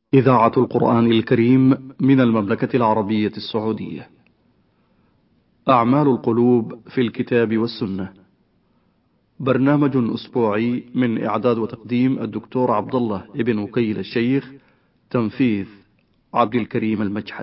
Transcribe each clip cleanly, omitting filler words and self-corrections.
إذاعة القرآن الكريم من المملكة العربية السعودية. أعمال القلوب في الكتاب والسنة، برنامج أسبوعي من إعداد وتقديم الدكتور عبد الله ابن وكيل الشيخ، تنفيذ عبد الكريم المجحد.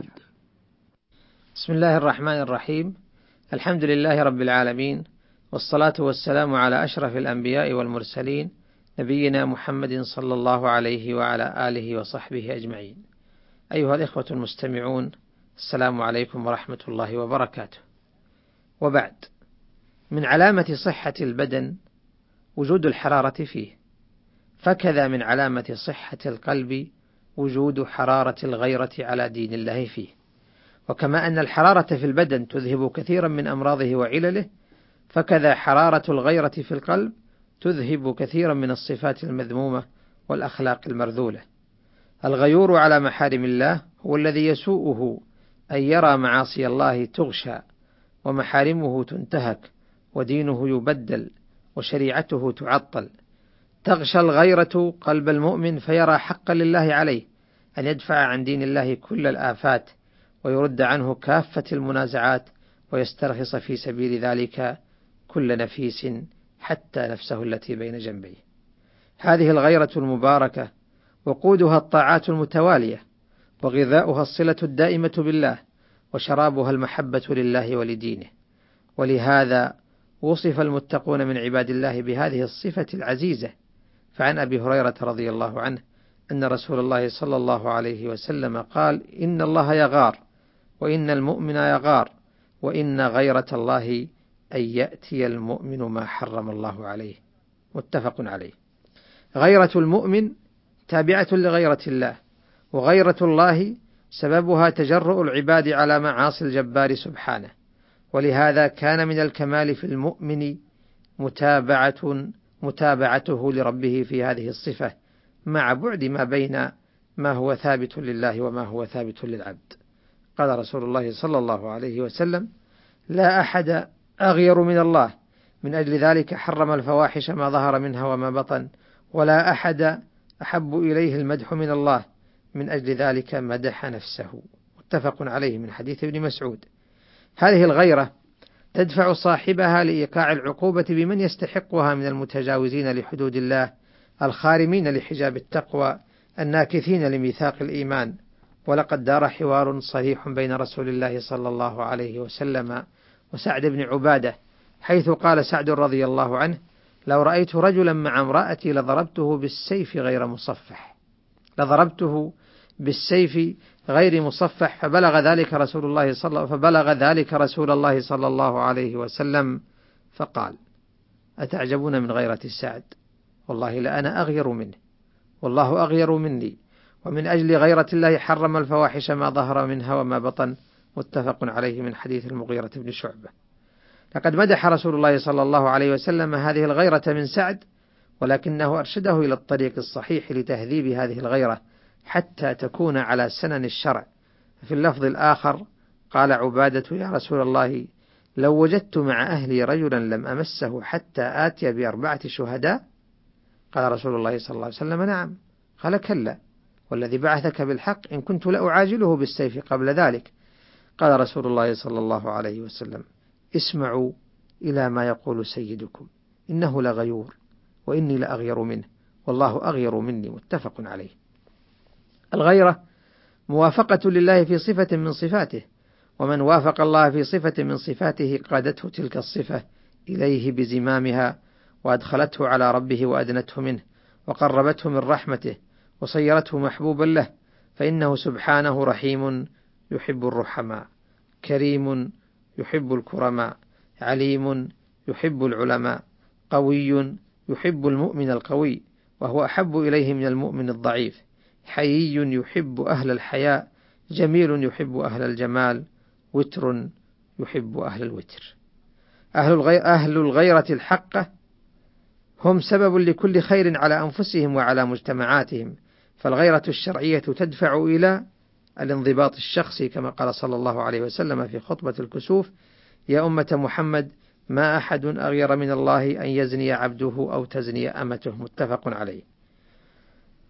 بسم الله الرحمن الرحيم. الحمد لله رب العالمين، والصلاة والسلام على أشرف الأنبياء والمرسلين، نبينا محمد صلى الله عليه وعلى آله وصحبه أجمعين. أيها الإخوة المستمعون، السلام عليكم ورحمة الله وبركاته. وبعد، من علامة صحة البدن وجود الحرارة فيه، فكذا من علامة صحة القلب وجود حرارة الغيرة على دين الله فيه. وكما أن الحرارة في البدن تذهب كثيرا من أمراضه وعلله، فكذا حرارة الغيرة في القلب تذهب كثيرا من الصفات المذمومة والأخلاق المرذولة. الغيور على محارم الله هو الذي يسوءه أن يرى معاصي الله تغشى ومحارمه تنتهك ودينه يبدل وشريعته تعطل. تغشى الغيرة قلب المؤمن فيرى حقا لله عليه أن يدفع عن دين الله كل الآفات ويرد عنه كافة المنازعات ويسترخص في سبيل ذلك كل نفيس حتى نفسه التي بين جنبيه. هذه الغيرة المباركة وقودها الطاعات المتوالية، وغذاؤها الصلة الدائمة بالله، وشرابها المحبة لله ولدينه. ولهذا وصف المتقون من عباد الله بهذه الصفة العزيزة. فعن أبي هريرة رضي الله عنه أن رسول الله صلى الله عليه وسلم قال: إن الله يغار، وإن المؤمن يغار، وإن غيرة الله أن يأتي المؤمن ما حرم الله عليه. متفق عليه. غيرة المؤمن تابعة لغيرة الله، وغيرة الله سببها تجرؤ العباد على معاصي الجبار سبحانه. ولهذا كان من الكمال في المؤمن متابعته لربه في هذه الصفة، مع بعد ما بين ما هو ثابت لله وما هو ثابت للعبد. قال رسول الله صلى الله عليه وسلم: لا أحد أغير من الله، من أجل ذلك حرم الفواحش ما ظهر منها وما بطن، ولا أحد أحب إليه المدح من الله، من أجل ذلك مدح نفسه. متفق عليه من حديث ابن مسعود. هذه الغيرة تدفع صاحبها لإيقاع العقوبة بمن يستحقها من المتجاوزين لحدود الله، الخارمين لحجاب التقوى، الناكثين لميثاق الإيمان. ولقد دار حوار صريح بين رسول الله صلى الله عليه وسلم وسعد بن عبادة، حيث قال سعد رضي الله عنه: لو رأيت رجلا مع امرأتي لضربته بالسيف غير مصفح، فبلغ ذلك رسول الله صلى الله عليه وسلم فقال: أتعجبون من غيرة سعد؟ والله لأنا أغير منه، والله أغير مني، ومن أجل غيرة الله حرم الفواحش ما ظهر منها وما بطن. متفق عليه من حديث المغيرة بن شعبة. لقد مدح رسول الله صلى الله عليه وسلم هذه الغيرة من سعد، ولكنه أرشده إلى الطريق الصحيح لتهذيب هذه الغيرة حتى تكون على سنن الشرع. في اللفظ الآخر قال عبادة: يا رسول الله، لو وجدت مع أهلي رجلا لم أمسه حتى آتي ب4 شهداء. قال رسول الله صلى الله عليه وسلم: نعم. قال: كلا، والذي بعثك بالحق إن كنت لأعاجله بالسيف قبل ذلك. قال رسول الله صلى الله عليه وسلم: اسمعوا إلى ما يقول سيدكم، إنه لغيور وإني لأغير منه، والله أغير مني. متفق عليه. الغيرة موافقة لله في صفة من صفاته، ومن وافق الله في صفة من صفاته قادته تلك الصفة إليه بزمامها، وأدخلته على ربه وأدنته منه، وقربته من رحمته، وصيرته محبوبا له. فإنه سبحانه رحيم يحب الرحماء، كريم يحب الكرماء، عليم يحب العلماء، قوي يحب المؤمن القوي وهو أحب إليه من المؤمن الضعيف، حيي يحب أهل الحياء، جميل يحب أهل الجمال، وتر يحب أهل الوتر. أهل الغيرة الحقة هم سبب لكل خير على أنفسهم وعلى مجتمعاتهم. فالغيرة الشرعية تدفع إلى الانضباط الشخصي، كما قال صلى الله عليه وسلم في خطبة الكسوف: يا أمة محمد، ما أحد أغير من الله أن يزني عبده أو تزني أمته. متفق عليه.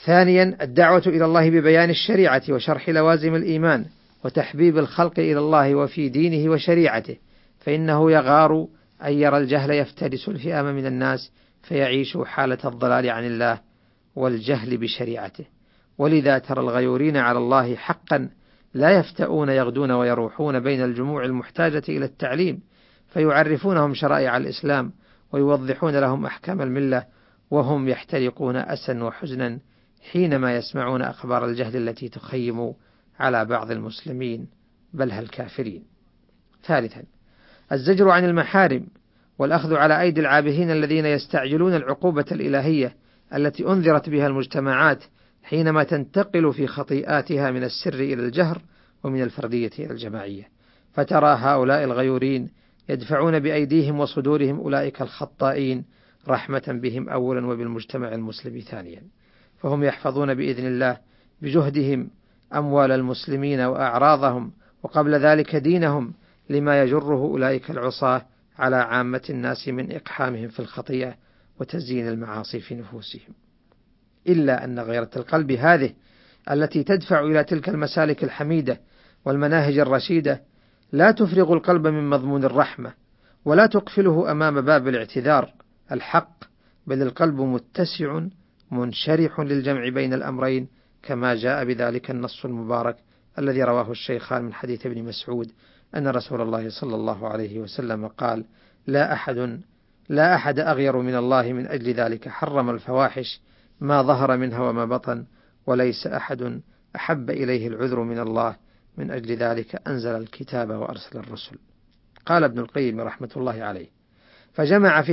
ثانيا الدعوة إلى الله ببيان الشريعة وشرح لوازم الإيمان وتحبيب الخلق إلى الله وفي دينه وشريعته، فإنه يغار أن يرى الجهل يفترس الفئام من الناس فيعيش حالة الضلال عن الله والجهل بشريعته. ولذا ترى الغيورين على الله حقا لا يفتؤون يغدون ويروحون بين الجموع المحتاجة إلى التعليم، فيعرفونهم شرائع الإسلام ويوضحون لهم أحكام الملة، وهم يحترقون أسا وحزنا حينما يسمعون أخبار الجهل التي تخيم على بعض المسلمين بل الكافرين. ثالثا الزجر عن المحارم والأخذ على أيدي العابثين الذين يستعجلون العقوبة الإلهية التي أنذرت بها المجتمعات حينما تنتقل في خطيئاتها من السر إلى الجهر ومن الفردية إلى الجماعية، فترى هؤلاء الغيورين يدفعون بأيديهم وصدورهم أولئك الخطائين رحمة بهم أولا وبالمجتمع المسلم ثانيا، فهم يحفظون بإذن الله بجهدهم أموال المسلمين وأعراضهم وقبل ذلك دينهم، لما يجره أولئك العصاة على عامة الناس من إقحامهم في الخطيئة وتزيين المعاصي في نفوسهم. إلا أن غيرة القلب هذه التي تدفع إلى تلك المسالك الحميدة والمناهج الرشيدة لا تفرغ القلب من مضمون الرحمة ولا تقفله أمام باب الاعتذار الحق، بل القلب متسع منشرح للجمع بين الأمرين، كما جاء بذلك النص المبارك الذي رواه الشيخان من حديث ابن مسعود أن رسول الله صلى الله عليه وسلم قال: لا أحد أغير من الله من أجل ذلك حرم الفواحش ما ظهر منها وما بطن، وليس أحد أحب إليه العذر من الله من أجل ذلك أنزل الكتاب وأرسل الرسل. قال ابن القيم رحمة الله عليه: فجمع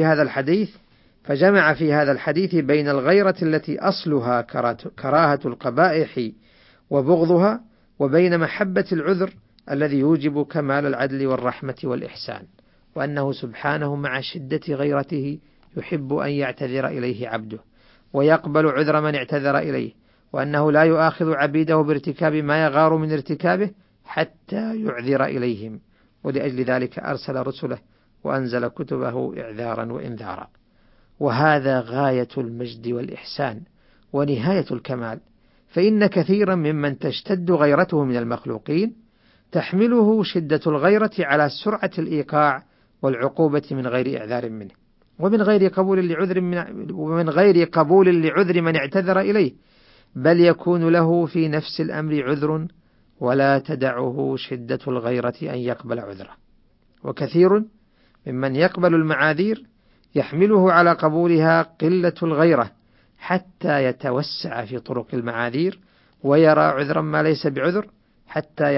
في هذا الحديث بين الغيرة التي أصلها كراهة القبائح وبغضها، وبين محبة العذر الذي يوجب كمال العدل والرحمة والإحسان، وأنه سبحانه مع شدة غيرته يحب أن يعتذر إليه عبده ويقبل عذر من اعتذر إليه، وأنه لا يؤاخذ عبيده بارتكاب ما يغار من ارتكابه حتى يعذر إليهم، ولأجل ذلك أرسل رسله وأنزل كتبه إعذارا وإنذارا. وهذا غاية المجد والإحسان ونهاية الكمال، فإن كثيرا ممن تشتد غيرته من المخلوقين تحمله شدة الغيرة على سرعة الإيقاع والعقوبة من غير إعذار منه ومن غير قبول لعذر من اعتذر إليه، بل يكون له في نفس الأمر عذر ولا تدعه شدة الغيرة أن يقبل عذره. وكثير ممن يقبل المعاذير يحمله على قبولها قلة الغيرة حتى يتوسع في طرق المعاذير ويرى عذرا ما ليس بعذر حتى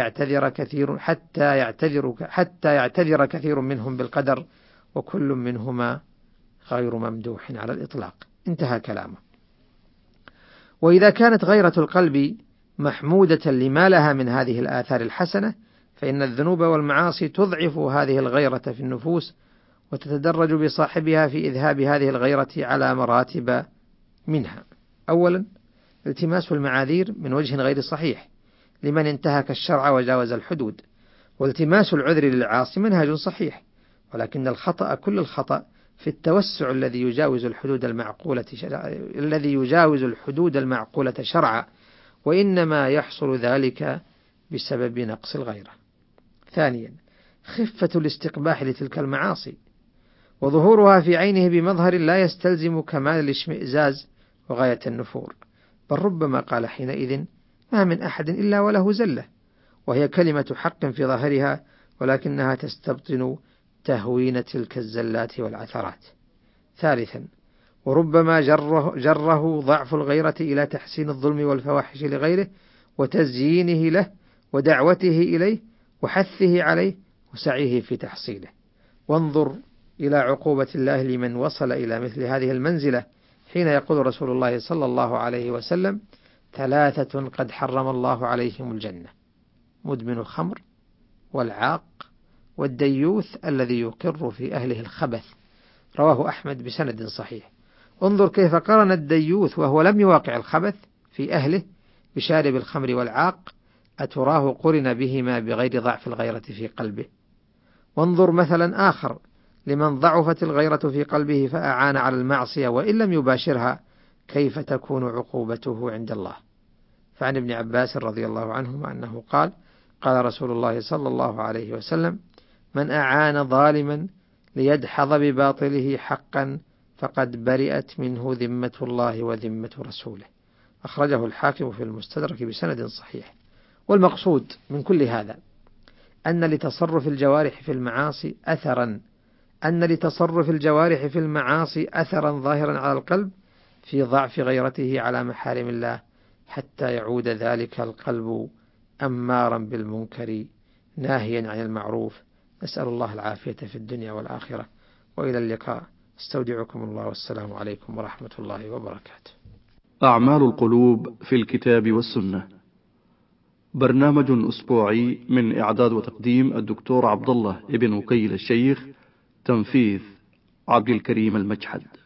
يعتذر كثير منهم بالقدر، وكل منهما غير ممدوح على الإطلاق. انتهى كلامه. وإذا كانت غيرة القلب محمودة لما لها من هذه الآثار الحسنة، فإن الذنوب والمعاصي تضعف هذه الغيرة في النفوس وتتدرج بصاحبها في إذهاب هذه الغيرة على مراتب منها. أولا التماس المعاذير من وجه غير صحيح لمن انتهك الشرع وجاوز الحدود، والتماس العذر للعاصي منهج صحيح، ولكن الخطأ كل الخطأ في التوسع الذي يجاوز الحدود المعقولة شرعا، وإنما يحصل ذلك بسبب نقص الغيرة. ثانيا خفة الاستقباح لتلك المعاصي وظهورها في عينه بمظهر لا يستلزم كمال الاشمئزاز وغاية النفور، بل ربما قال حينئذ: ما من أحد إلا وله زلة، وهي كلمة حق في ظاهرها ولكنها تستبطن تهوين تلك الزلات والعثرات. ثالثا وربما جره ضعف الغيرة إلى تحسين الظلم والفواحش لغيره وتزيينه له ودعوته إليه وحثه عليه وسعيه في تحصيله. وانظر إلى عقوبة الله لمن وصل إلى مثل هذه المنزلة حين يقول رسول الله صلى الله عليه وسلم: 3 قد حرم الله عليهم الجنة: مدمن الخمر والعاق والديوث الذي يقر في أهله الخبث. رواه أحمد بسند صحيح. انظر كيف قرن الديوث وهو لم يواقع الخبث في أهله بشارب الخمر والعاق، أتراه قرن بهما بغير ضعف الغيرة في قلبه. وانظر مثلا آخر لمن ضعفت الغيرة في قلبه فأعان على المعصية وإن لم يباشرها كيف تكون عقوبته عند الله. فعن ابن عباس رضي الله عنهما أنه قال: قال رسول الله صلى الله عليه وسلم: من أعان ظالما ليدحض بباطله حقا فقد برئت منه ذمة الله وذمة رسوله. أخرجه الحاكم في المستدرك بسند صحيح. والمقصود من كل هذا أن لتصرف الجوارح في المعاصي أثرا ظاهرا على القلب في ضعف غيرته على محارم الله، حتى يعود ذلك القلب أمارا بالمنكر ناهيا عن المعروف. نسأل الله العافية في الدنيا والآخرة، وإلى اللقاء. استودعكم الله، والسلام عليكم ورحمة الله وبركاته. أعمال القلوب في الكتاب والسنة، برنامج أسبوعي من إعداد وتقديم الدكتور عبد الله ابن وكيل الشيخ، تنفيذ عبد الكريم المجحد.